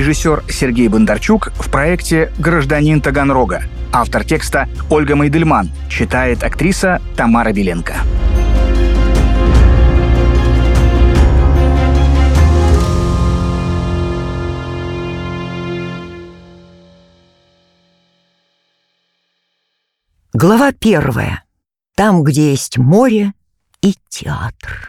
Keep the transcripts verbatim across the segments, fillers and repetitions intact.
Режиссер Сергей Бондарчук в проекте «Гражданин Таганрога». Автор текста Ольга Мейдельман. Читает актриса Тамара Беленко. Глава первая. Там, где есть море и театр.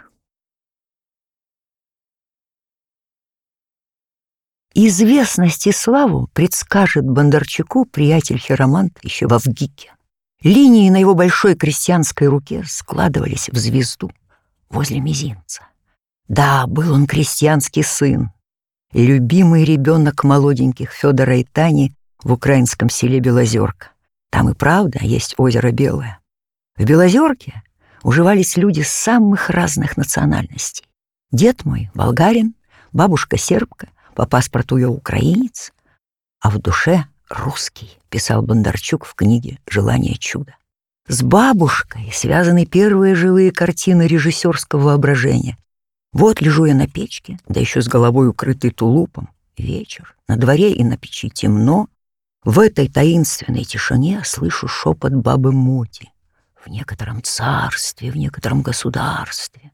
Известность и славу предскажет Бондарчуку приятель-хиромант еще в Авгике. Линии на его большой крестьянской руке складывались в звезду возле мизинца. Да, был он крестьянский сын, любимый ребенок молоденьких Федора и Тани в украинском селе Белозерка. Там и правда есть озеро Белое. В Белозерке уживались люди самых разных национальностей. Дед мой — болгарин, бабушка — сербка, по паспорту я украинец, а в душе русский, писал Бондарчук в книге «Желание чуда». С бабушкой связаны первые живые картины режиссерского воображения. Вот лежу я на печке, да еще с головой укрытой тулупом. Вечер, на дворе и на печи темно. В этой таинственной тишине слышу шепот бабы Моти. В некотором царстве, в некотором государстве.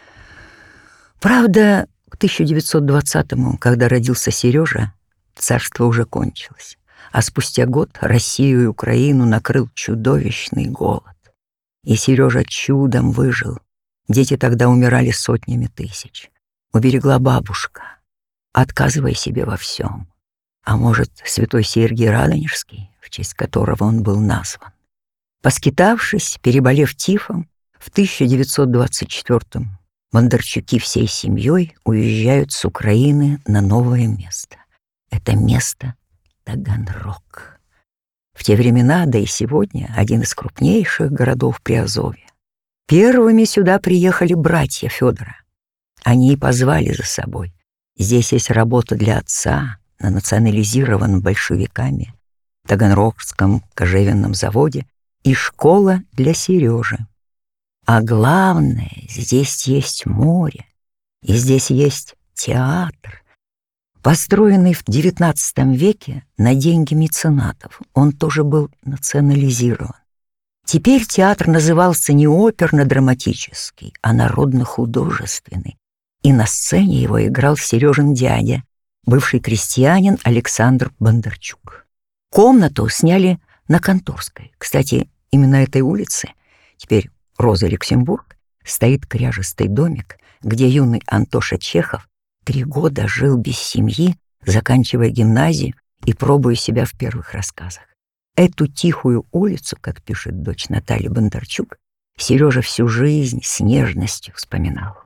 Правда, к тысяча девятьсот двадцатому, когда родился Сережа, царство уже кончилось, а спустя год Россию и Украину накрыл чудовищный голод. И Сережа чудом выжил. Дети тогда умирали сотнями тысяч. Уберегла бабушка, отказывая себе во всем. А может, святой Сергий Радонежский, в честь которого он был назван. Поскитавшись, переболев тифом, в тысяча девятьсот двадцать четвёртом Бондарчуки всей семьей уезжают с Украины на новое место. Это место Таганрог. В те времена, да и сегодня, один из крупнейших городов Приазовья. Первыми сюда приехали братья Федора. Они и позвали за собой. Здесь есть работа для отца на национализированном большевиками Таганрогском кожевенном заводе и школа для Сережи. А главное, здесь есть море, и здесь есть театр, построенный в девятнадцатом веке на деньги меценатов. Он тоже был национализирован. Теперь театр назывался не оперно-драматический, а народно-художественный. И на сцене его играл Сережин дядя, бывший крестьянин Александр Бондарчук. Комнату сняли на Конторской. Кстати, именно этой улице, теперь Роза Люксембург, стоит кряжестый домик, где юный Антоша Чехов три года жил без семьи, заканчивая гимназию и пробуя себя в первых рассказах. Эту тихую улицу, как пишет дочь Наталья Бондарчук, Сережа всю жизнь с нежностью вспоминал.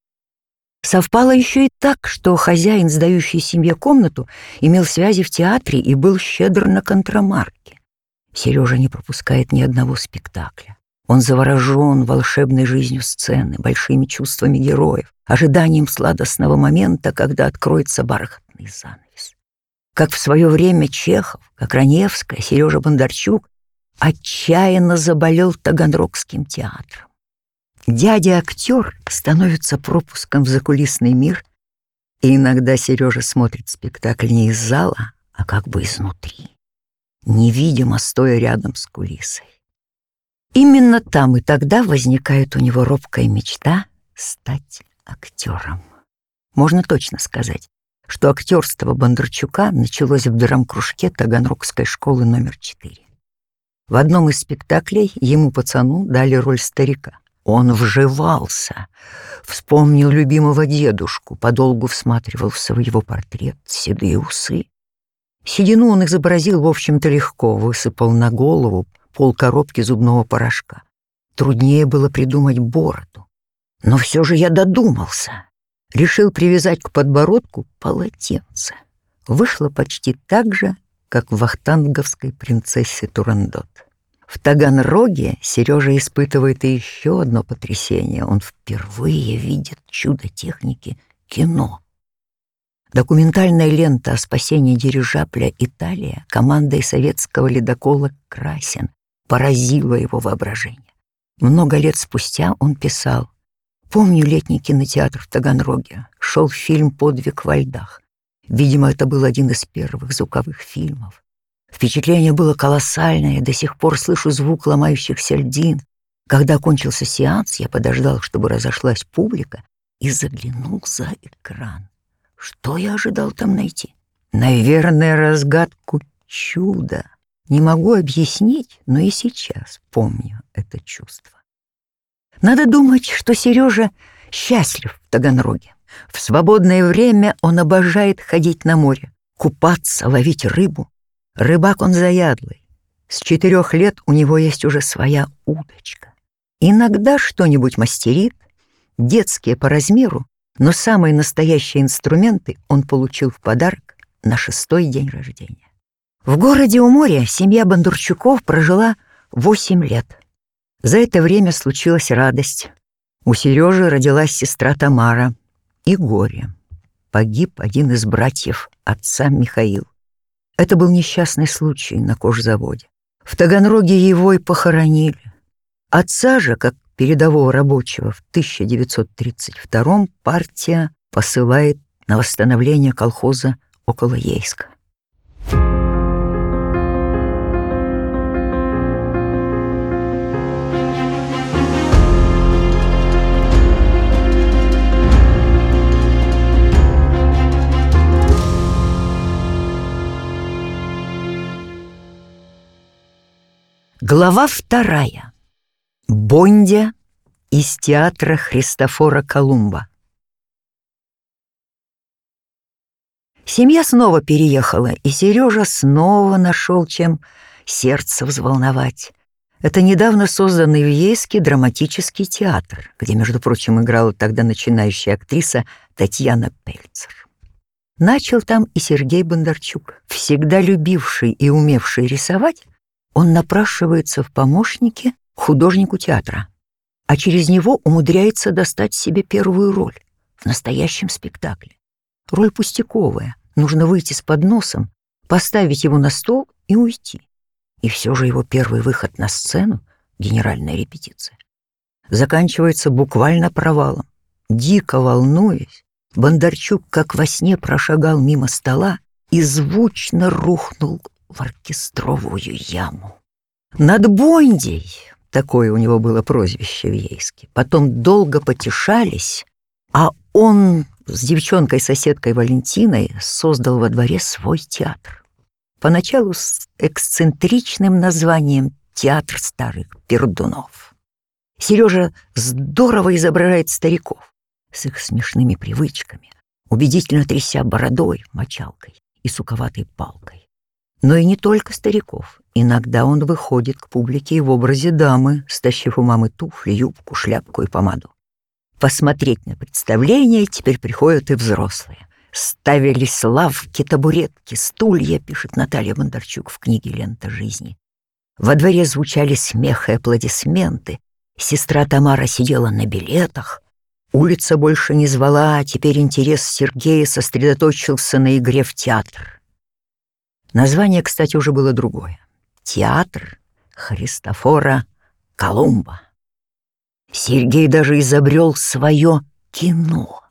Совпало еще и так, что хозяин, сдающий семье комнату, имел связи в театре и был щедр на контрамарки. Сережа не пропускает ни одного спектакля. Он заворожен волшебной жизнью сцены, большими чувствами героев, ожиданием сладостного момента, когда откроется бархатный занавес. Как в свое время Чехов, как Раневская, Сережа Бондарчук отчаянно заболел Таганрогским театром. Дядя-актер становится пропуском в закулисный мир, и иногда Сережа смотрит спектакль не из зала, а как бы изнутри, невидимо стоя рядом с кулисой. Именно там и тогда возникает у него робкая мечта стать актером. Можно точно сказать, что актерство Бондарчука началось в драмкружке Таганрогской школы номер четыре. В одном из спектаклей ему, пацану, дали роль старика. Он вживался, вспомнил любимого дедушку, подолгу всматривался в его портрет, седые усы. Седину он изобразил, в общем-то, легко, высыпал на голову полкоробки зубного порошка. Труднее было придумать бороду. Но все же я додумался. Решил привязать к подбородку полотенце. Вышло почти так же, как в вахтанговской принцессе Турандот. В Таганроге Сережа испытывает и еще одно потрясение. Он впервые видит чудо техники — кино. Документальная лента о спасении дирижабля «Италия» командой советского ледокола «Красин» поразила его воображение. Много лет спустя он писал: «Помню летний кинотеатр в Таганроге. Шел фильм «Подвиг во льдах». Видимо, это был один из первых звуковых фильмов. Впечатление было колоссальное, до сих пор слышу звук ломающихся льдин. Когда кончился сеанс, я подождал, чтобы разошлась публика, и заглянул за экран. Что я ожидал там найти? Наверное, разгадку чуда. Не могу объяснить, но и сейчас помню это чувство. Надо думать, что Сережа счастлив в Таганроге. В свободное время он обожает ходить на море, купаться, ловить рыбу. Рыбак он заядлый. С четырех лет у него есть уже своя удочка. Иногда что-нибудь мастерит, детские по размеру, но самые настоящие инструменты он получил в подарок на шестой день рождения. В городе у моря семья Бондарчуков прожила восемь лет. За это время случилась радость. У Сережи родилась сестра Тамара и горе. Погиб один из братьев отца Михаил. Это был несчастный случай на кожзаводе. В Таганроге его и похоронили. Отца же, как передового рабочего, в тысяча девятьсот тридцать втором партия посылает на восстановление колхоза около Ейска. Глава вторая. Бондя из театра Христофора Колумба. Семья снова переехала, и Сережа снова нашел, чем сердце взволновать. Это недавно созданный в Ейске драматический театр, где, между прочим, играла тогда начинающая актриса Татьяна Пельцер. Начал там и Сергей Бондарчук. Всегда любивший и умевший рисовать, он напрашивается в помощники художнику театра, а через него умудряется достать себе первую роль в настоящем спектакле. Роль пустяковая, нужно выйти с подносом, поставить его на стол и уйти. И все же его первый выход на сцену — генеральная репетиция. Заканчивается буквально провалом. Дико волнуясь, Бондарчук как во сне прошагал мимо стола и звучно рухнул в оркестровую яму. Над Бондей, такое у него было прозвище в Ейске, потом долго потешались, а он с девчонкой-соседкой Валентиной создал во дворе свой театр. Поначалу с эксцентричным названием «Театр старых пердунов». Сережа здорово изображает стариков с их смешными привычками, убедительно тряся бородой, мочалкой и суковатой палкой. Но и не только стариков. Иногда он выходит к публике и в образе дамы, стащив у мамы туфли, юбку, шляпку и помаду. Посмотреть на представление теперь приходят и взрослые. Ставились лавки, табуретки, стулья, пишет Наталья Бондарчук в книге «Лента жизни». Во дворе звучали смех и аплодисменты. Сестра Тамара сидела на билетах. Улица больше не звала, а теперь интерес Сергея сосредоточился на игре в театр. Название, кстати, уже было другое. Театр Христофора Колумба. Сергей даже изобрел свое кино.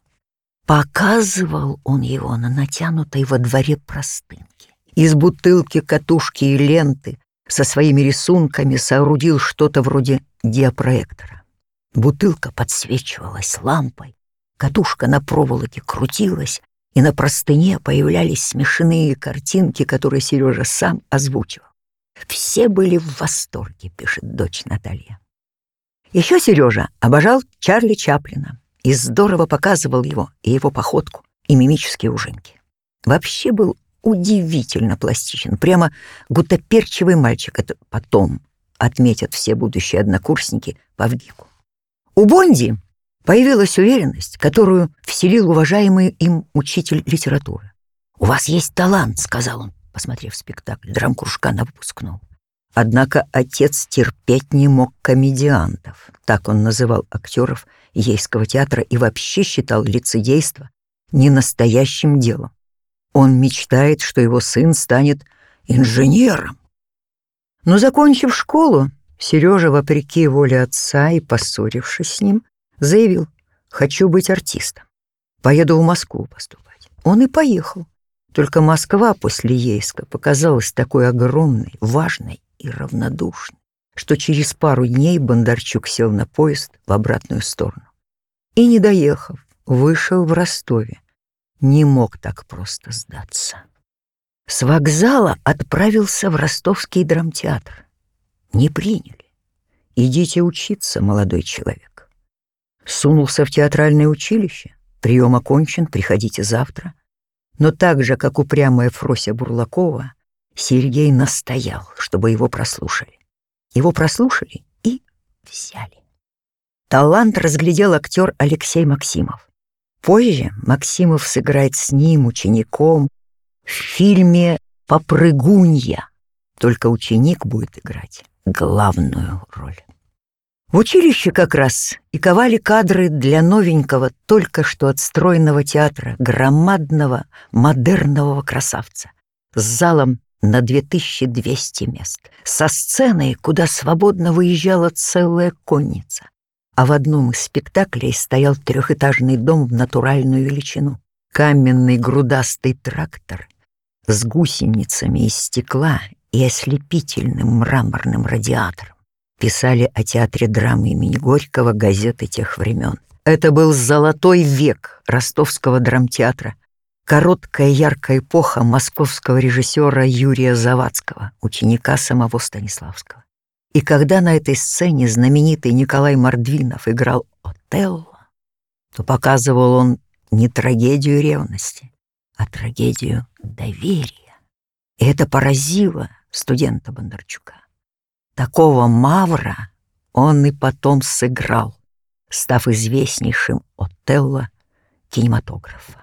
Показывал он его на натянутой во дворе простынке. Из бутылки, катушки и ленты со своими рисунками соорудил что-то вроде диапроектора. Бутылка подсвечивалась лампой, катушка на проволоке крутилась, и на простыне появлялись смешные картинки, которые Сережа сам озвучивал. Все были в восторге, пишет дочь Наталья. Еще Сережа обожал Чарли Чаплина и здорово показывал его, и его походку, и мимические ужинки. Вообще был удивительно пластичен, прямо гуттаперчивый мальчик. Это потом отметят все будущие однокурсники по ВГИКу. У Бонди появилась уверенность, которую вселил уважаемый им учитель литературы. «У вас есть талант», — сказал он, посмотрев спектакль драмкружка на выпускном. Однако отец терпеть не мог комедиантов. Так он называл актеров Ейского театра и вообще считал лицедейство ненастоящим делом. Он мечтает, что его сын станет инженером. Но, закончив школу, Сережа, вопреки воле отца и поссорившись с ним, заявил: «Хочу быть артистом. Поеду в Москву поступать». Он и поехал. Только Москва после Ейска показалась такой огромной, важной и равнодушной, что через пару дней Бондарчук сел на поезд в обратную сторону. И, не доехав, вышел в Ростове. Не мог так просто сдаться. С вокзала отправился в Ростовский драмтеатр. Не приняли. «Идите учиться, молодой человек». Сунулся в театральное училище. Прием окончен, приходите завтра. Но так же, как упрямая Фрося Бурлакова, Сергей настоял, чтобы его прослушали. Его прослушали и взяли. Талант разглядел актер Алексей Максимов. Позже Максимов сыграет с ним, учеником, в фильме «Попрыгунья». Только ученик будет играть главную роль. В училище как раз и ковали кадры для новенького, только что отстроенного театра, громадного, модернового красавца, с залом на две тысячи двести мест, со сценой, куда свободно выезжала целая конница. А в одном из спектаклей стоял трехэтажный дом в натуральную величину. Каменный грудастый трактор с гусеницами из стекла и ослепительным мраморным радиатором. Писали о театре драмы имени Горького газеты тех времен. Это был золотой век ростовского драмтеатра, короткая яркая эпоха московского режиссера Юрия Завадского, ученика самого Станиславского. И когда на этой сцене знаменитый Николай Мордвинов играл Отелло, то показывал он не трагедию ревности, а трагедию доверия. И это поразило студента Бондарчука. Такого мавра он и потом сыграл, став известнейшим Отелло кинематографа.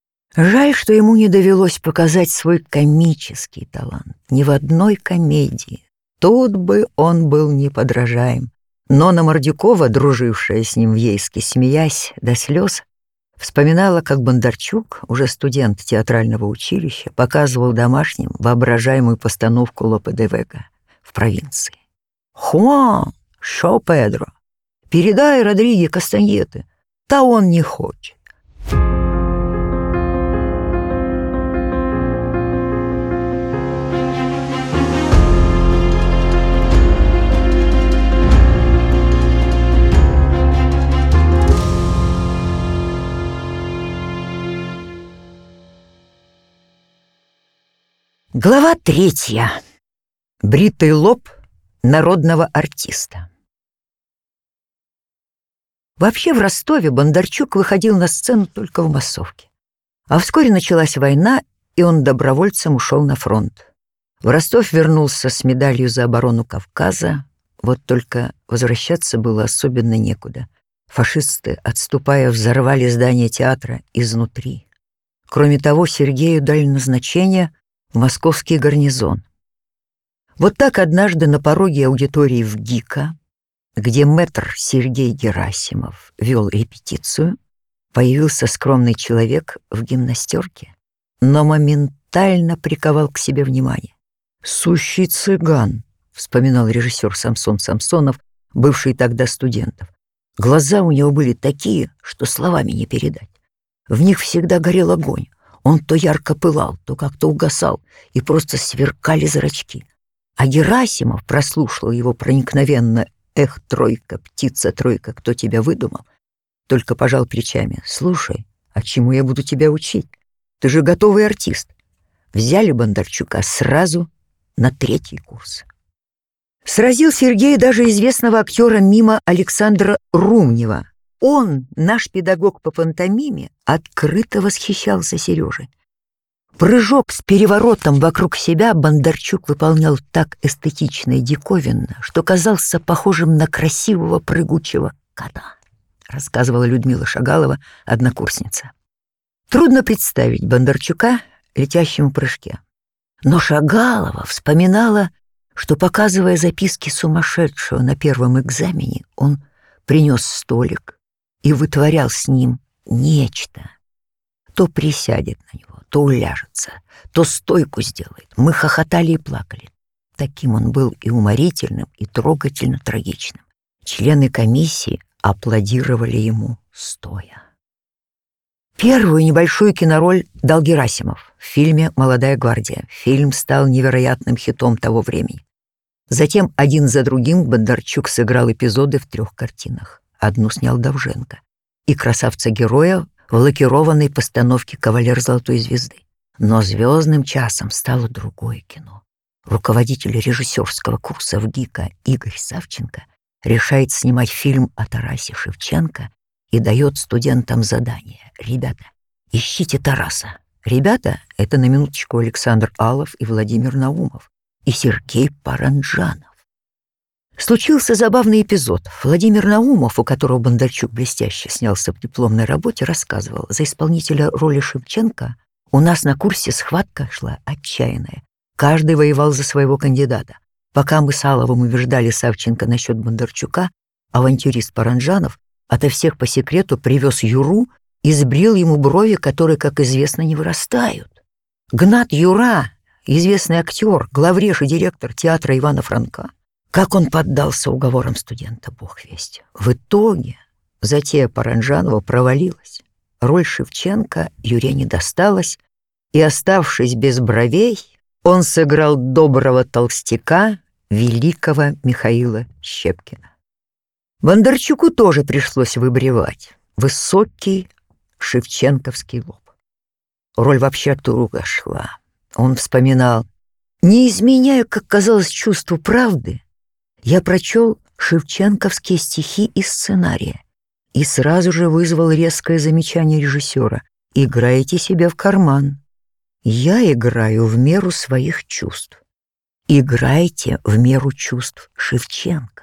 Жаль, что ему не довелось показать свой комический талант ни в одной комедии. Тут бы он был неподражаем. Нона Мордюкова, дружившая с ним в Ейске, смеясь до слез, вспоминала, как Бондарчук, уже студент театрального училища, показывал домашним воображаемую постановку Лопе де Вега в провинции. «Хуан, шо Педро, передай Родриге Кастаньеты, та он не хочет». Глава третья. Бритый лоб народного артиста. Вообще в Ростове Бондарчук выходил на сцену только в массовке. А вскоре началась война, и он добровольцем ушел на фронт. В Ростов вернулся с медалью за оборону Кавказа, вот только возвращаться было особенно некуда. Фашисты, отступая, взорвали здание театра изнутри. Кроме того, Сергею дали назначение в московский гарнизон. Вот так однажды на пороге аудитории в ГИКа, где мэтр Сергей Герасимов вел репетицию, появился скромный человек в гимнастерке, но моментально приковал к себе внимание. «Сущий цыган», — вспоминал режиссер Самсон Самсонов, бывший тогда студентов. Глаза у него были такие, что словами не передать. В них всегда горел огонь. Он то ярко пылал, то как-то угасал, и просто сверкали зрачки. А Герасимов прослушал его проникновенно «Эх, тройка, птица, тройка, кто тебя выдумал?» Только пожал плечами. «Слушай, а чему я буду тебя учить? Ты же готовый артист». Взяли Бондарчука сразу на третий курс. Сразил Сергей даже известного актера мима Александра Румнева. Он, наш педагог по пантомиме, открыто восхищался Сережей. Прыжок с переворотом вокруг себя Бондарчук выполнял так эстетично и диковинно, что казался похожим на красивого прыгучего кота, рассказывала Людмила Шагалова, однокурсница. Трудно представить Бондарчука летящим в прыжке. Но Шагалова вспоминала, что, показывая записки сумасшедшего на первом экзамене, он принес столик и вытворял с ним нечто. То присядет на него, то уляжется, то стойку сделает. Мы хохотали и плакали. Таким он был и уморительным, и трогательно трагичным. Члены комиссии аплодировали ему стоя. Первую небольшую кинороль дал Герасимов в фильме «Молодая гвардия». Фильм стал невероятным хитом того времени. Затем один за другим Бондарчук сыграл эпизоды в трех картинах. Одну снял Довженко. И красавца-героя в лакированной постановке «Кавалер Золотой звезды». Но звездным часом стало другое кино. Руководитель режиссерского курса в ГИКа Игорь Савченко решает снимать фильм о Тарасе Шевченко и дает студентам задание. Ребята, ищите Тараса. Ребята — это на минуточку Александр Алов и Владимир Наумов, и Сергей Паранджанов. Случился забавный эпизод. Владимир Наумов, у которого Бондарчук блестяще снялся в дипломной работе, рассказывал: за исполнителя роли Шевченко у нас на курсе схватка шла отчаянная. Каждый воевал за своего кандидата. Пока мы с Аловым убеждали Савченко насчет Бондарчука, авантюрист Паранджанов ото всех по секрету привез Юру и сбрил ему брови, которые, как известно, не вырастают. Гнат Юра, известный актер, главреж и директор театра Ивана Франка, как он поддался уговорам студента, бог весть. В итоге затея Паранджанова провалилась. Роль Шевченко Юре не досталась, и, оставшись без бровей, он сыграл доброго толстяка, великого Михаила Щепкина. Бондарчуку тоже пришлось выбривать высокий шевченковский лоб. Роль вообще туго шла. Он вспоминал: «Не изменяя, как казалось, чувству правды, я прочел шевченковские стихи и сценария и сразу же вызвал резкое замечание режиссера: играйте себе в карман. Я играю в меру своих чувств. Играйте в меру чувств Шевченко».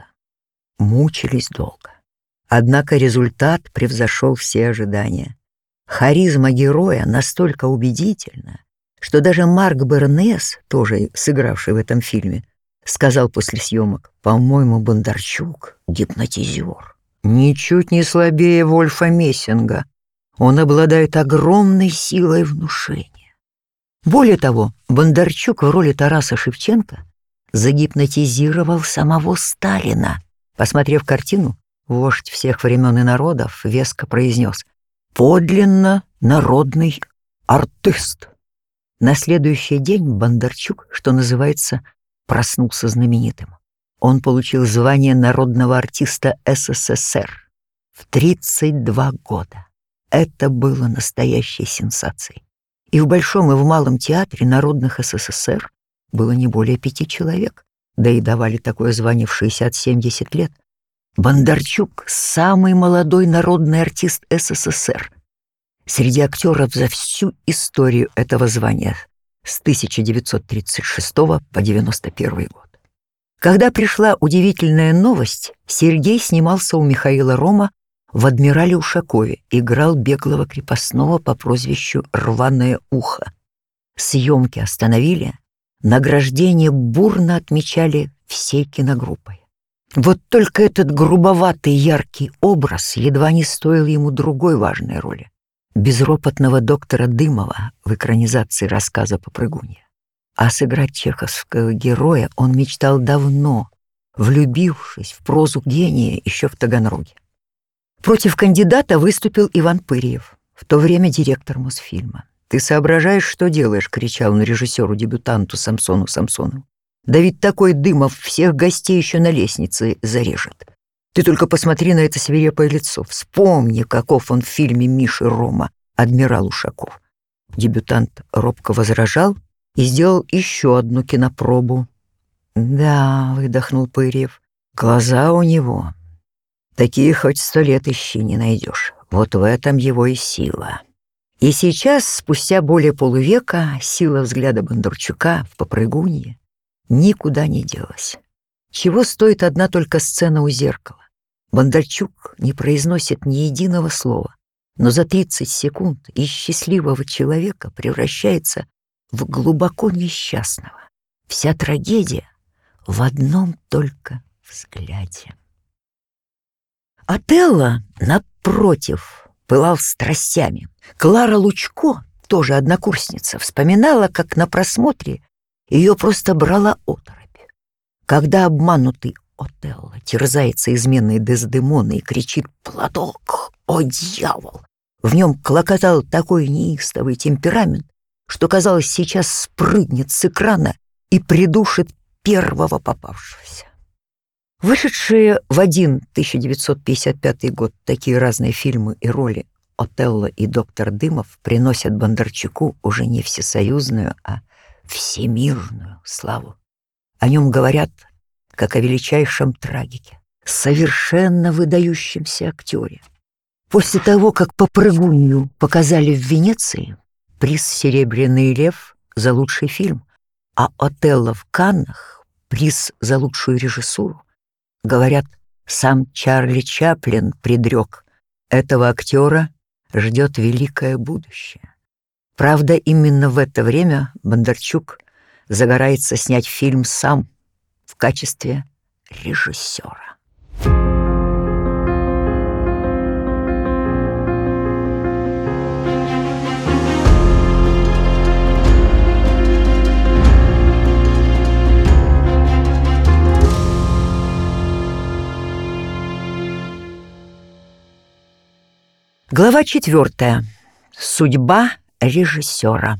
Мучились долго. Однако результат превзошел все ожидания. Харизма героя настолько убедительна, что даже Марк Бернес, тоже сыгравший в этом фильме, сказал после съемок: «По-моему, Бондарчук — гипнотизер. Ничуть не слабее Вольфа Мессинга. Он обладает огромной силой внушения». Более того, Бондарчук в роли Тараса Шевченко загипнотизировал самого Сталина. Посмотрев картину, вождь всех времен и народов веско произнес: «Подлинно народный артист». На следующий день Бондарчук, что называется, проснулся знаменитым. Он получил звание народного артиста СССР в тридцать два года. Это было настоящей сенсацией. И в Большом, и в Малом театре народных СССР было не более пяти человек, да и давали такое звание в шестьдесят-семьдесят лет. Бондарчук — самый молодой народный артист СССР. Среди актеров за всю историю этого звания с тысяча девятьсот тридцать шестого по девяносто первый год. Когда пришла удивительная новость, Сергей снимался у Михаила Рома в «Адмирале Ушакове», играл беглого крепостного по прозвищу «Рваное ухо». Съемки остановили, награждение бурно отмечали всей киногруппой. Вот только этот грубоватый яркий образ едва не стоил ему другой важной роли — безропотного доктора Дымова в экранизации рассказа «Попрыгунья». А сыграть чеховского героя он мечтал давно, влюбившись в прозу гения еще в Таганроге. Против кандидата выступил Иван Пырьев, в то время директор Мосфильма. «Ты соображаешь, что делаешь?» — кричал он режиссеру-дебютанту Самсону Самсонову. «Да ведь такой Дымов всех гостей еще на лестнице зарежет. Ты только посмотри на это свирепое лицо. Вспомни, каков он в фильме Миши Рома «Адмирал Ушаков». Дебютант робко возражал и сделал еще одну кинопробу. «Да», — выдохнул Пырьев, — «глаза у него. Такие хоть сто лет ищи, не найдешь. Вот в этом его и сила». И сейчас, спустя более полувека, сила взгляда Бондарчука в «Попрыгунье» никуда не делась. Чего стоит одна только сцена у зеркала? Бондарчук не произносит ни единого слова, но за тридцать секунд из счастливого человека превращается в глубоко несчастного. Вся трагедия в одном только взгляде. Отелло, напротив, пылал страстями. Клара Лучко, тоже однокурсница, вспоминала, как на просмотре ее просто брала оторопь. Когда обманутый Отелло терзается изменой Дездемоны и кричит «Платок! О, дьявол!», в нем клокотал такой неистовый темперамент, что, казалось, сейчас спрыгнет с экрана и придушит первого попавшегося. Вышедшие в один тысяча девятьсот пятьдесят пятый год такие разные фильмы и роли «Отелло» и «Доктор Дымов» приносят Бондарчуку уже не всесоюзную, а всемирную славу. О нем говорят как о величайшем трагике, совершенно выдающемся актере. После того, как «Попрыгунью» показали в Венеции, приз «Серебряный лев» за лучший фильм, а «Отелло» в Каннах приз за лучшую режиссуру, говорят, сам Чарли Чаплин предрек: этого актера ждет великое будущее. Правда, именно в это время Бондарчук загорается снять фильм сам в качестве режиссера. Глава четвертая. Судьба режиссера.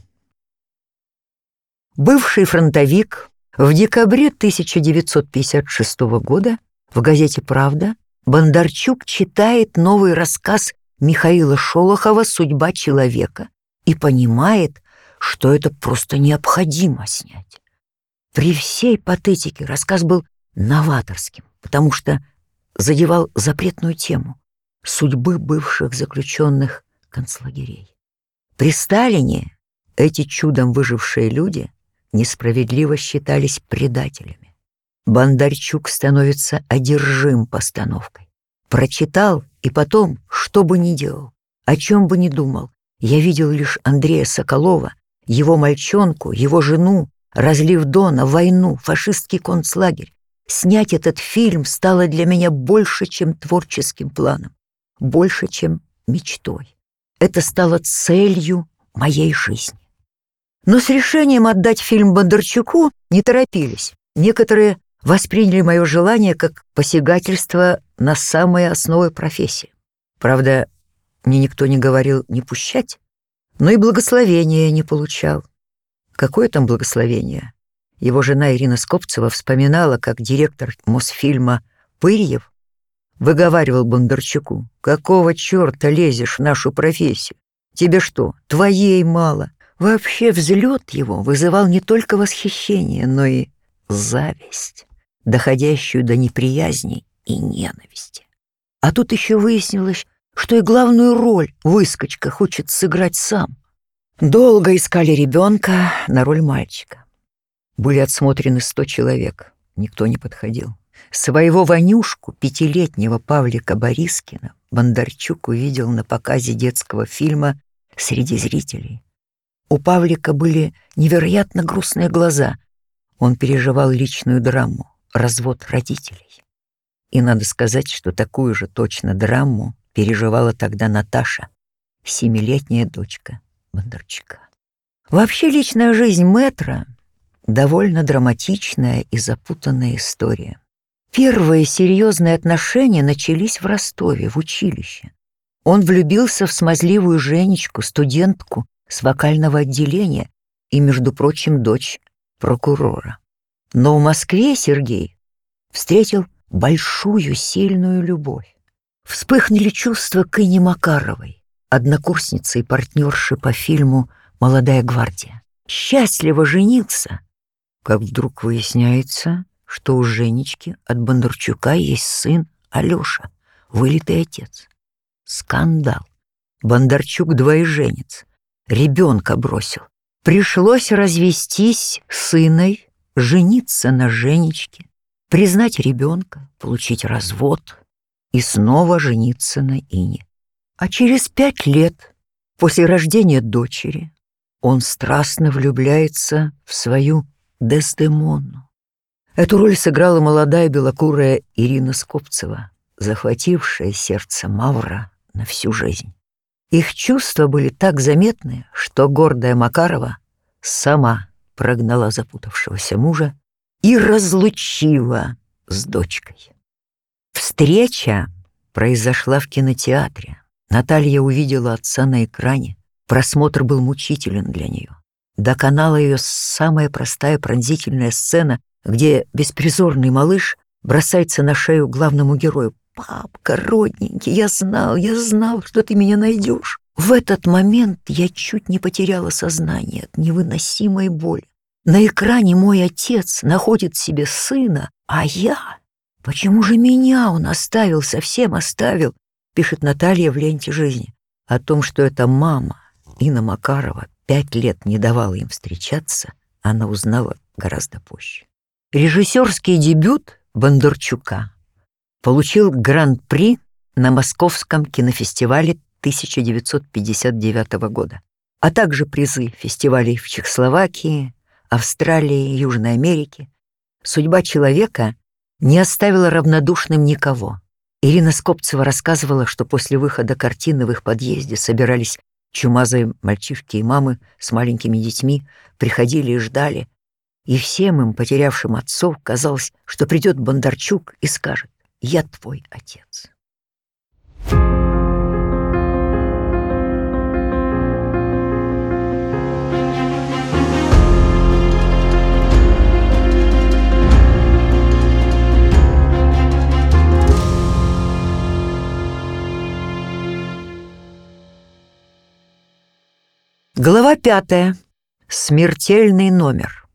Бывший фронтовик, в декабре тысяча девятьсот пятьдесят шестого года в газете «Правда» Бондарчук читает новый рассказ Михаила Шолохова «Судьба человека» и понимает, что это просто необходимо снять. При всей патетике рассказ был новаторским, потому что задевал запретную тему судьбы бывших заключенных концлагерей. При Сталине эти чудом выжившие люди несправедливо считались предателями. Бондарчук становится одержим постановкой. Прочитал, и потом, что бы ни делал, о чем бы ни думал, я видел лишь Андрея Соколова, его мальчонку, его жену, разлив Дона, войну, фашистский концлагерь. Снять этот фильм стало для меня больше, чем творческим планом, больше, чем мечтой. Это стало целью моей жизни. Но с решением отдать фильм Бондарчуку не торопились. Некоторые восприняли мое желание как посягательство на самые основы профессии. Правда, мне никто не говорил не пущать, но и благословения не получал. Какое там благословение? Его жена Ирина Скопцева вспоминала, как директор Мосфильма Пырьев выговаривал Бондарчуку: «Какого черта лезешь в нашу профессию? Тебе что, твоей мало?» Вообще взлет его вызывал не только восхищение, но и зависть, доходящую до неприязни и ненависти. А тут еще выяснилось, что и главную роль выскочка хочет сыграть сам. Долго искали ребенка на роль мальчика. Были отсмотрены сто человек, никто не подходил. Своего Ванюшку, пятилетнего Павлика Борискина, Бондарчук увидел на показе детского фильма среди зрителей. У Павлика были невероятно грустные глаза. Он переживал личную драму — развод родителей. И надо сказать, что такую же точно драму переживала тогда Наташа, семилетняя дочка Бондарчука. Вообще личная жизнь мэтра — довольно драматичная и запутанная история. Первые серьезные отношения начались в Ростове, в училище. Он влюбился в смазливую Женечку, студентку с вокального отделения и, между прочим, дочь прокурора. Но в Москве Сергей встретил большую сильную любовь. Вспыхнули чувства к Инне Макаровой, однокурснице и партнерше по фильму «Молодая гвардия». Счастливо женился, как вдруг выясняется, что у Женечки от Бондарчука есть сын Алёша, вылитый отец. Скандал. Бондарчук двоеженец. Ребенка бросил. Пришлось развестись с сыной, жениться на Женечке, признать ребенка, получить развод и снова жениться на Ине. А через пять лет после рождения дочери он страстно влюбляется в свою Дездемону. Эту роль сыграла молодая белокурая Ирина Скопцева, захватившая сердце Мавра на всю жизнь. Их чувства были так заметны, что гордая Макарова сама прогнала запутавшегося мужа и разлучила с дочкой. Встреча произошла в кинотеатре. Наталья увидела отца на экране. Просмотр был мучителен для нее. Доконала ее самая простая пронзительная сцена, где беспризорный малыш бросается на шею главному герою. «Папка, родненький, я знал, я знал, что ты меня найдешь». В этот момент я чуть не потеряла сознание от невыносимой боли. На экране мой отец находит себе сына, а я... Почему же меня он оставил, совсем оставил, пишет Наталья в ленте жизни. О том, что эта мама, Инна Макарова, пять лет не давала им встречаться, она узнала гораздо позже. Режиссерский дебют Бондарчука получил гран-при на Московском кинофестивале тысяча девятьсот пятьдесят девятого года, а также призы фестивалей в Чехословакии, Австралии, Южной Америке. Судьба человека не оставила равнодушным никого. Ирина Скопцева рассказывала, что после выхода картины в их подъезде собирались чумазые мальчишки и мамы с маленькими детьми, приходили и ждали. И всем им, потерявшим отцов, казалось, что придет Бондарчук и скажет: «Я твой отец». Глава пятая. Смертельный номер.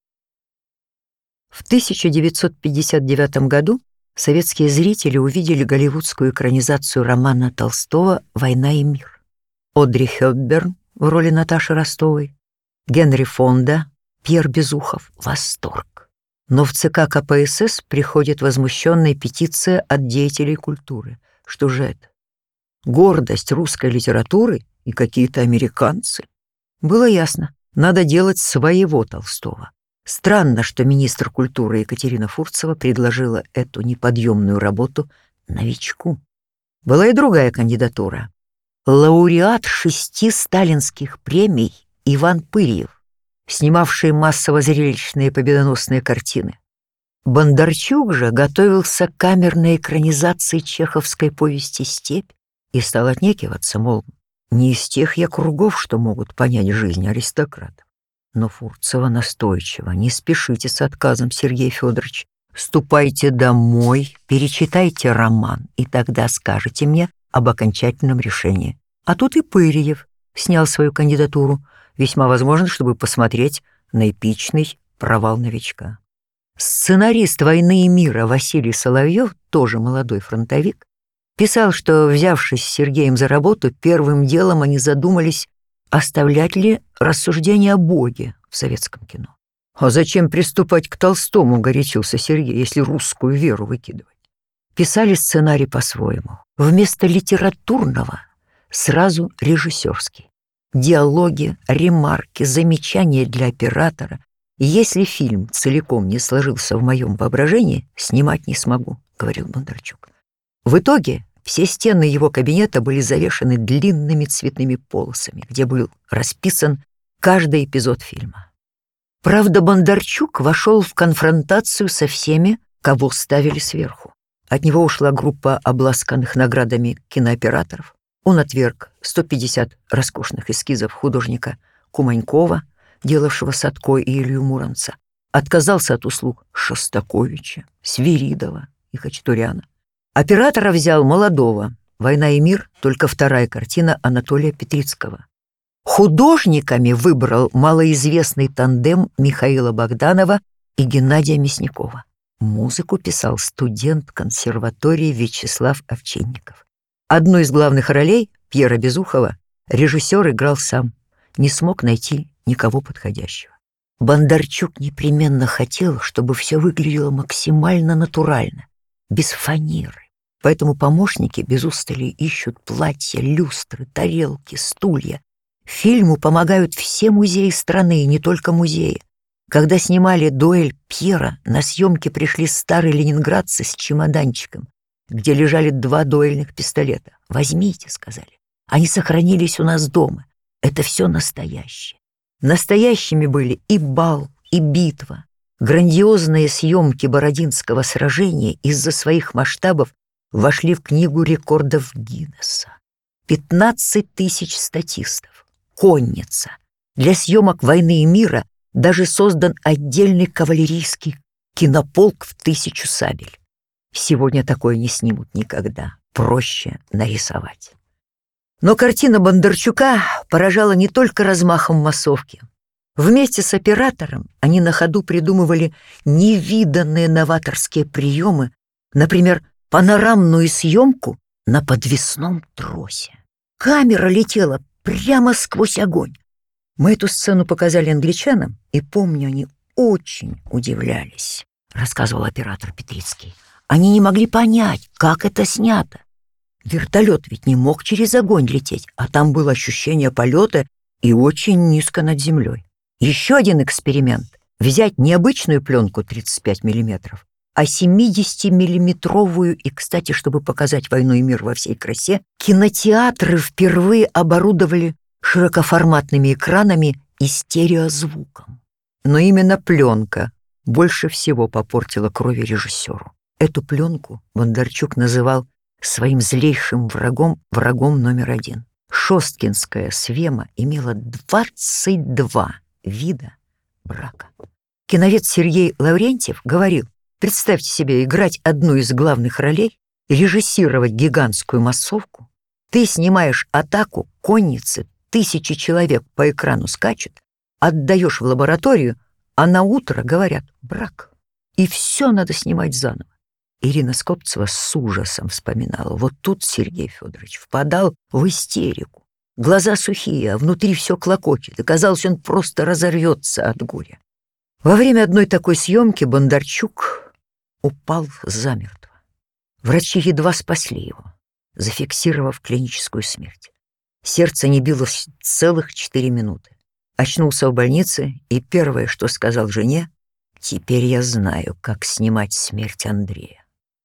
В тысяча девятьсот пятьдесят девятом году советские зрители увидели голливудскую экранизацию романа Толстого «Война и мир». Одри Хёпберн в роли Наташи Ростовой, Генри Фонда, Пьер Безухов. Восторг. Но в ЦК ка пэ эс эс приходит возмущенная петиция от деятелей культуры. Что же это? Гордость русской литературы и какие-то американцы? Было ясно, надо делать своего Толстого. Странно, что министр культуры Екатерина Фурцева предложила эту неподъемную работу новичку. Была и другая кандидатура. Лауреат шести сталинских премий Иван Пырьев, снимавший массово-зрелищные победоносные картины. Бондарчук же готовился к камерной экранизации чеховской повести «Степь» и стал отнекиваться, мол, не из тех я кругов, что могут понять жизнь аристократов. Но Фурцева настойчиво: не спешите с отказом, Сергей Федорович. Ступайте домой, перечитайте роман, и тогда скажете мне об окончательном решении. А тут и Пырьев снял свою кандидатуру, весьма возможно, чтобы посмотреть на эпичный провал новичка. Сценарист «Войны и мира» Василий Соловьев, тоже молодой фронтовик, писал, что, взявшись с Сергеем за работу, первым делом они задумались, оставлять ли рассуждения о Боге в советском кино. «А зачем приступать к Толстому, — горячился Сергей, — если русскую веру выкидывать?» Писали сценарий по-своему. Вместо литературного сразу режиссерский. Диалоги, ремарки, замечания для оператора. «Если фильм целиком не сложился в моем воображении, снимать не смогу», — говорил Бондарчук. В итоге все стены его кабинета были завешаны длинными цветными полосами, где был расписан каждый эпизод фильма. Правда, Бондарчук вошел в конфронтацию со всеми, кого ставили сверху. От него ушла группа обласканных наградами кинооператоров. Он отверг сто пятьдесят роскошных эскизов художника Куманькова, делавшего Садко и Илью Муромца. Отказался от услуг Шостаковича, Свиридова и Хачатуряна. Оператора взял молодого. «Война и мир» — только вторая картина Анатолия Петрицкого. Художниками выбрал малоизвестный тандем Михаила Богданова и Геннадия Мясникова. Музыку писал студент консерватории Вячеслав Овчинников. Одну из главных ролей, Пьера Безухова, режиссер играл сам. Не смог найти никого подходящего. Бондарчук непременно хотел, чтобы все выглядело максимально натурально, без фанеры. Поэтому помощники без устали ищут платья, люстры, тарелки, стулья. Фильму помогают все музеи страны, и не только музеи. Когда снимали «Дуэль Пьера», на съемки пришли старые ленинградцы с чемоданчиком, где лежали два дуэльных пистолета. «Возьмите», — сказали. «Они сохранились у нас дома. Это все настоящее». Настоящими были и бал, и битва. Грандиозные съемки Бородинского сражения из-за своих масштабов вошли в книгу рекордов Гиннесса. пятнадцать тысяч статистов, конница, Для съемок «Войны и мира» даже создан отдельный кавалерийский кинополк в тысячу сабель. Сегодня такое не снимут никогда. Проще нарисовать. Но картина Бондарчука поражала не только размахом массовки. Вместе с оператором они на ходу придумывали невиданные новаторские приемы, например, панорамную съемку на подвесном тросе. Камера летела прямо сквозь огонь. Мы эту сцену показали англичанам, и, помню, они очень удивлялись, рассказывал оператор Петрицкий. Они не могли понять, как это снято. Вертолет ведь не мог через огонь лететь, а там было ощущение полета и очень низко над землей. Еще один эксперимент — взять не обычную пленку тридцать пять миллиметров, а семидесятимиллиметровую, и, кстати, чтобы показать «Войну и мир» во всей красе, кинотеатры впервые оборудовали широкоформатными экранами и стереозвуком. Но именно пленка больше всего попортила крови режиссеру. Эту пленку Бондарчук называл своим злейшим врагом, врагом номер один. Шосткинская Свема имела двадцать два вида брака. Киновед Сергей Лаврентьев говорил: представьте себе играть одну из главных ролей, режиссировать гигантскую массовку. Ты снимаешь атаку, конницы, тысячи человек по экрану скачут, отдаешь в лабораторию, а на утро говорят «брак». И все надо снимать заново. Ирина Скопцева с ужасом вспоминала. Вот тут Сергей Федорович впадал в истерику. Глаза сухие, а внутри все клокочет, и казалось, он просто разорвется от горя. Во время одной такой съемки Бондарчук упал замертво. Врачи едва спасли его, зафиксировав клиническую смерть. Сердце не билось целых четыре минуты. Очнулся в больнице, и первое, что сказал жене: «Теперь я знаю, как снимать смерть Андрея».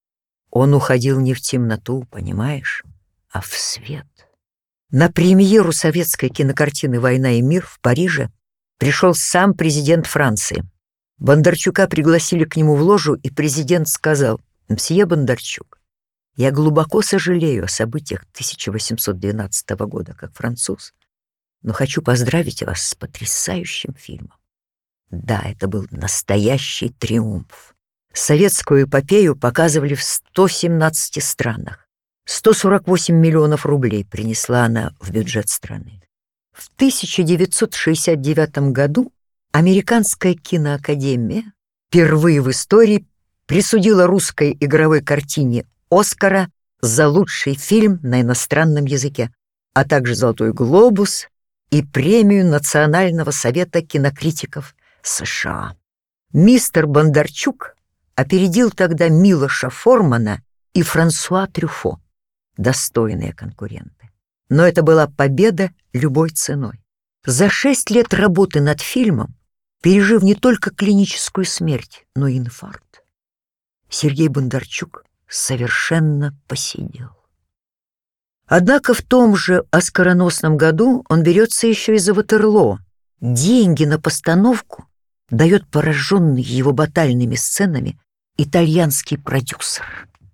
Он уходил не в темноту, понимаешь, а в свет. На премьеру советской кинокартины «Война и мир» в Париже пришел сам президент Франции. Бондарчука пригласили к нему в ложу, и президент сказал: «Мсье Бондарчук, я глубоко сожалею о событиях тысяча восемьсот двенадцатого года как француз, но хочу поздравить вас с потрясающим фильмом». Да, это был настоящий триумф. Советскую эпопею показывали в ста семнадцати странах. сто сорок восемь миллионов рублей принесла она в бюджет страны. В тысяча девятьсот шестьдесят девятом году Американская киноакадемия впервые в истории присудила русской игровой картине «Оскара» за лучший фильм на иностранном языке, а также «Золотой глобус» и премию Национального совета кинокритиков США. Мистер Бондарчук опередил тогда Милоша Формана и Франсуа Трюфо, достойные конкуренты. Но это была победа любой ценой. За шесть лет работы над фильмом, пережив не только клиническую смерть, но и инфаркт, Сергей Бондарчук совершенно поседел. Однако в том же оскароносном году он берется еще и за Ватерлоо. Деньги на постановку дает пораженный его батальными сценами итальянский продюсер.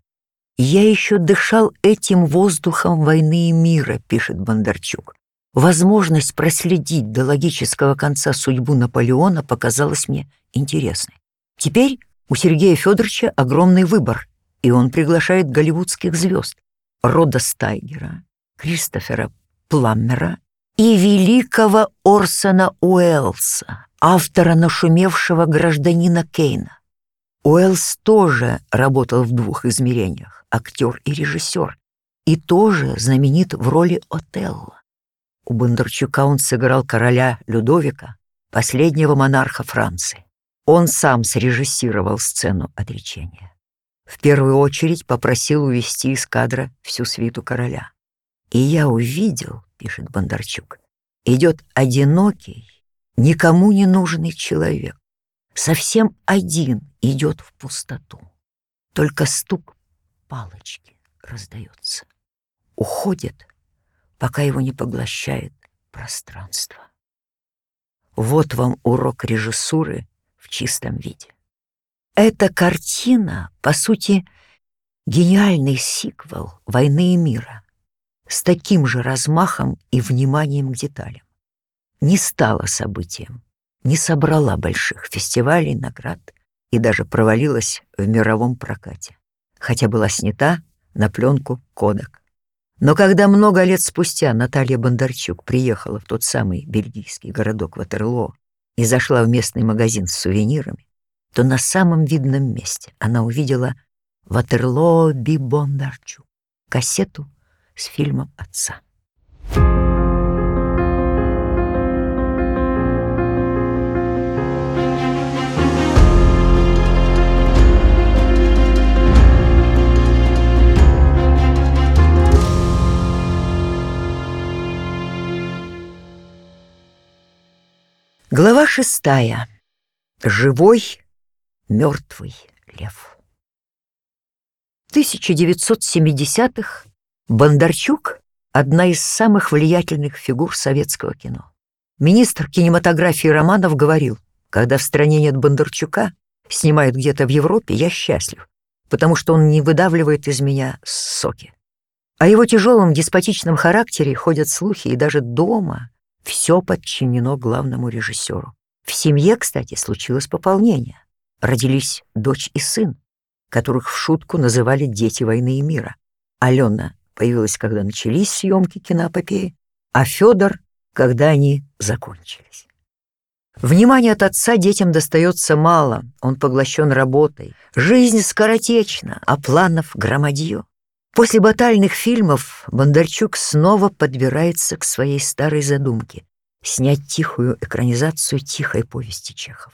«Я еще дышал этим воздухом войны и мира», — пишет Бондарчук. «Возможность проследить до логического конца судьбу Наполеона показалась мне интересной. Теперь у Сергея Федоровича огромный выбор, и он приглашает голливудских звезд: Рода Стайгера, Кристофера Пламмера и великого Орсона Уэллса, автора нашумевшего «Гражданина Кейна». Уэллс тоже работал в двух измерениях — актер и режиссер, и тоже знаменит в роли Отелло. У Бондарчука он сыграл короля Людовика, последнего монарха Франции. Он сам срежиссировал сцену отречения. В первую очередь попросил увести из кадра всю свиту короля. «И я увидел, — пишет Бондарчук, — идет одинокий, никому не нужный человек, совсем один идет в пустоту. Только стук палочки раздается. Уходит, пока его не поглощает пространство». Вот вам урок режиссуры в чистом виде. Эта картина, по сути, гениальный сиквел «Войны и мира» с таким же размахом и вниманием к деталям. не стала событием, не собрала больших фестивалей, наград и даже провалилась в мировом прокате, хотя была снята на пленку «Кодак». Но когда много лет спустя Наталья Бондарчук приехала в тот самый бельгийский городок Ватерлоо и зашла в местный магазин с сувенирами, то на самом видном месте она увидела «Ватерлоо би Бондарчук» — кассету с фильмом отца. Глава шестая. Живой, мертвый лев. В тысяча девятьсот семидесятых Бондарчук — одна из самых влиятельных фигур советского кино. Министр кинематографии Романов говорил: когда в стране нет Бондарчука, снимают где-то в Европе, я счастлив, потому что он не выдавливает из меня соки. О его тяжелом деспотичном характере ходят слухи, и даже дома все подчинено главному режиссеру. В семье, кстати, случилось пополнение. Родились дочь и сын, которых в шутку называли «дети войны и мира». Алена появилась, когда начались съемки киноэпопеи, а Федор, когда они закончились. Внимания от отца детям достается мало, он поглощен работой. Жизнь скоротечна, а планов громадье. После батальных фильмов Бондарчук снова подбирается к своей старой задумке — снять тихую экранизацию тихой повести Чехова.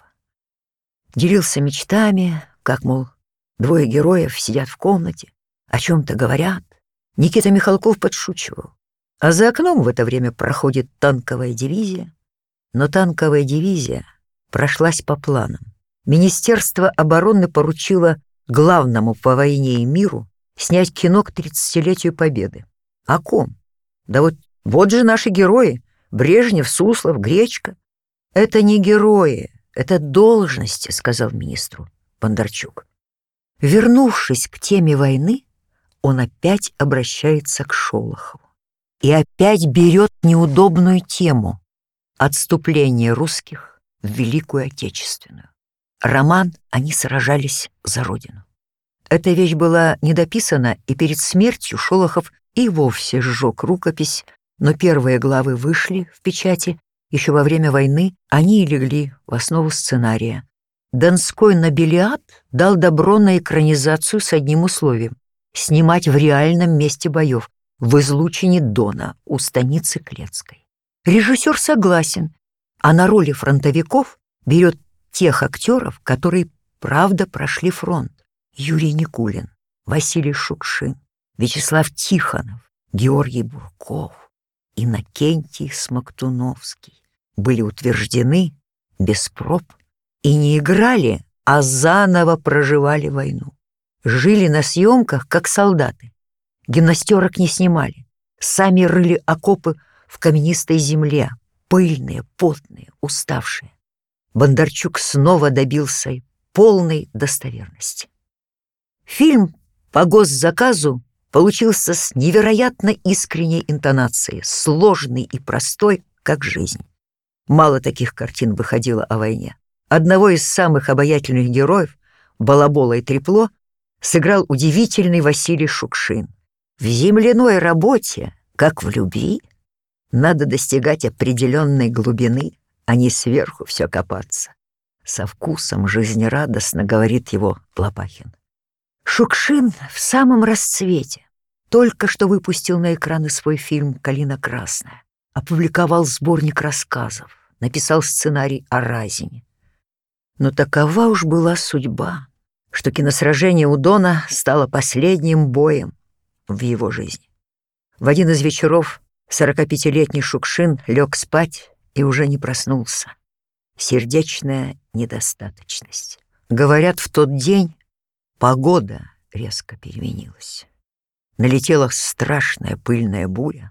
Делился мечтами, как, мол, двое героев сидят в комнате, о чем-то говорят. Никита Михалков подшучивал. А за окном в это время проходит танковая дивизия. Но танковая дивизия прошлась по планам. Министерство обороны поручило главному по войне и миру снять кино к тридцатилетию Победы. О ком? Да вот, вот же наши герои. Брежнев, Суслов, Гречка. Это не герои, это должности, сказал министру Бондарчук. Вернувшись к теме войны, он опять обращается к Шолохову. И опять берет неудобную тему — отступление русских в Великую Отечественную. Роман «Они сражались за Родину». Эта вещь была недописана, и перед смертью Шолохов и вовсе сжег рукопись, но первые главы вышли в печати. Еще во время войны они и легли в основу сценария. Донской нобелиат дал добро на экранизацию с одним условием — снимать в реальном месте боев, в излучине Дона у станицы Клецкой. Режиссер согласен, а на роли фронтовиков берет тех актеров, которые правда прошли фронт. Юрий Никулин, Василий Шукшин, Вячеслав Тихонов, Георгий Бурков, Иннокентий Смоктуновский были утверждены без проб и не играли, а заново проживали войну. Жили на съемках, как солдаты. Гимнастерок не снимали. Сами рыли окопы в каменистой земле, пыльные, потные, уставшие. Бондарчук снова добился полной достоверности. Фильм по госзаказу получился с невероятно искренней интонацией, сложный и простой, как жизнь. Мало таких картин выходило о войне. Одного из самых обаятельных героев, Балабола и Трепло, сыграл удивительный Василий Шукшин. В земляной работе, как в любви, надо достигать определенной глубины, а не сверху все копаться. Со вкусом жизнерадостно говорит его Лопахин. Шукшин в самом расцвете. Только что выпустил на экраны свой фильм «Калина красная», опубликовал сборник рассказов, написал сценарий о Разине. Но такова уж была судьба, что киносражение у Дона стало последним боем в его жизни. В один из вечеров сорокапятилетний Шукшин лег спать и уже не проснулся. Сердечная недостаточность. Говорят, в тот день погода резко переменилась. Налетела страшная пыльная буря,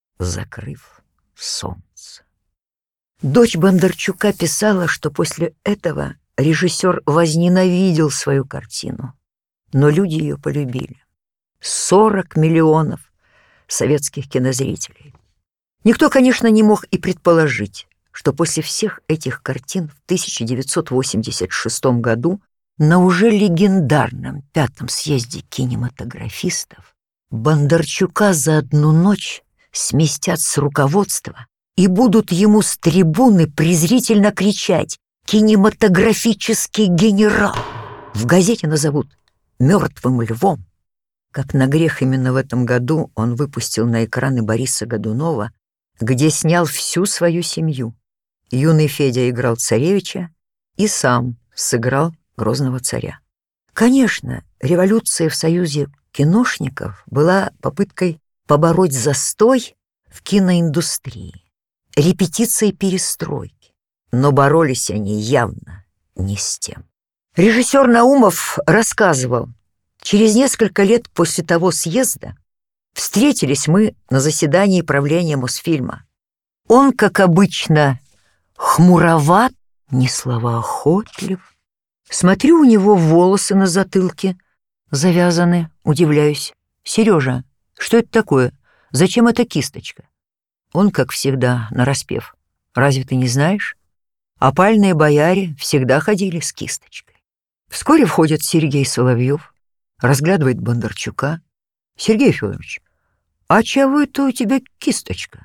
закрыв солнце. Дочь Бондарчука писала, что после этого режиссер возненавидел свою картину, но люди ее полюбили. сорок миллионов советских кинозрителей. Никто, конечно, не мог и предположить, что после всех этих картин в тысяча девятьсот восемьдесят шестом году на уже легендарном пятом съезде кинематографистов Бондарчука за одну ночь сместят с руководства и будут ему с трибуны презрительно кричать «Кинематографический генерал!». В газете назовут «мертвым львом». Как на грех, именно в этом году он выпустил на экраны Бориса Годунова, где снял всю свою семью. Юный Федя играл царевича и сам сыграл грозного царя. Конечно, революция в Союзе киношников была попыткой побороть застой в киноиндустрии, репетицией перестройки, но боролись они явно не с тем. Режиссер Наумов рассказывал: через несколько лет после того съезда встретились мы на заседании правления Мосфильма. Он, как обычно, хмуроват, не словоохотлив. Смотрю, у него волосы на затылке завязаны, удивляюсь. «Сережа, что это такое? Зачем эта кисточка?» Он, как всегда, нараспев: «Разве ты не знаешь? Опальные бояре всегда ходили с кисточкой». Вскоре входит Сергей Соловьев, разглядывает Бондарчука. «Сергей Федорович, а чего это у тебя кисточка?»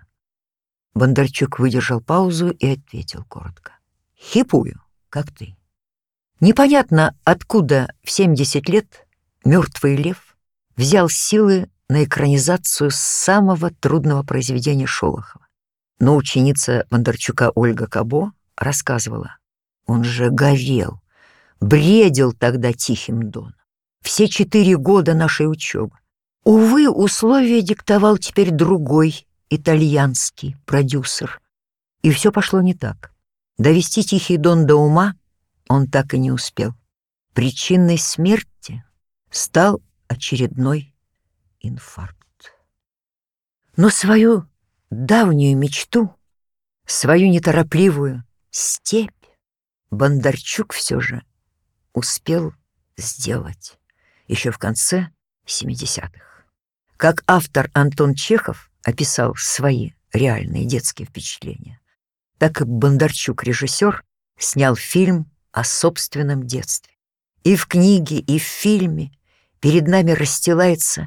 Бондарчук выдержал паузу и ответил коротко: «Хипую, как ты». Непонятно, откуда в семьдесят лет «Мертвый лев» взял силы на экранизацию самого трудного произведения Шолохова. Но ученица Бондарчука Ольга Кабо рассказывала: он же горел, бредил тогда Тихим Доном. Все четыре года нашей учебы. Увы, условия диктовал теперь другой итальянский продюсер. И все пошло не так. Довести Тихий Дон до ума он так и не успел. Причиной смерти стал очередной инфаркт. Но свою давнюю мечту, свою неторопливую степь Бондарчук все же успел сделать еще в конце семидесятых. Как автор Антон Чехов описал свои реальные детские впечатления, так и Бондарчук-режиссер снял фильм о собственном детстве. И в книге, и в фильме перед нами расстилается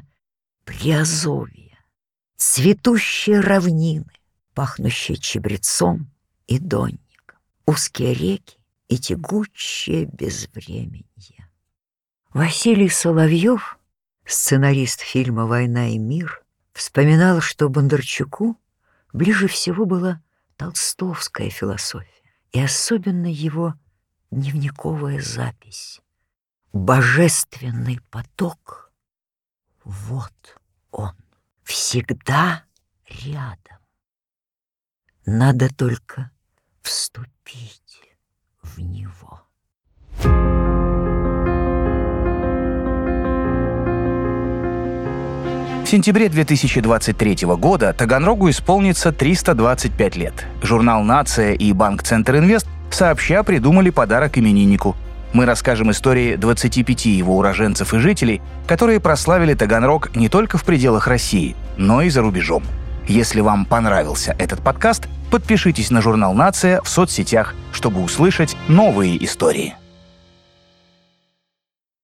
Приазовье, цветущие равнины, пахнущие чабрецом и донником, узкие реки и тягучее безвременье. Василий Соловьев, сценарист фильма «Война и мир», вспоминал, что Бондарчуку ближе всего была толстовская философия, и особенно его дневниковая запись. Божественный поток — вот он, всегда рядом. Надо только вступить в него. В сентябре две тысячи двадцать третьего года Таганрогу исполнится триста двадцать пять лет. Журнал «Нация» и банк «Центр-Инвест» сообща придумали подарок имениннику. Мы расскажем истории двадцати пяти его уроженцев и жителей, которые прославили Таганрог не только в пределах России, но и за рубежом. Если вам понравился этот подкаст, подпишитесь на журнал «Нация» в соцсетях, чтобы услышать новые истории.